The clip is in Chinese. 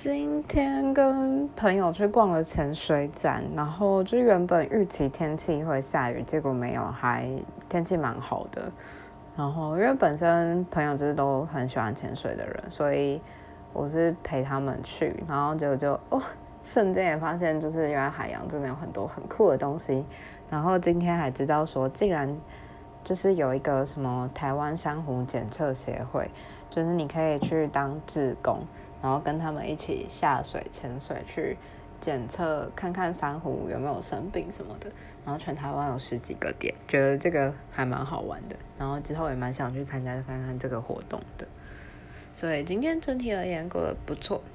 今天跟朋友去逛了潜水展，然后就原本预期天气会下雨，结果没有，还天气蛮好的。然后因为本身朋友就是都很喜欢潜水的人，所以我是陪他们去，然后就瞬间也发现，就是原来海洋真的有很多很酷的东西。然后今天还知道说，竟然就是有一个什么台湾珊瑚检测协会，就是你可以去当志工，然后跟他们一起下水潜水去检测，看看珊瑚有没有生病什么的。然后全台湾有10几个点，觉得这个还蛮好玩的。然后之后也蛮想去参加看看这个活动的。所以今天整体而言过得不错，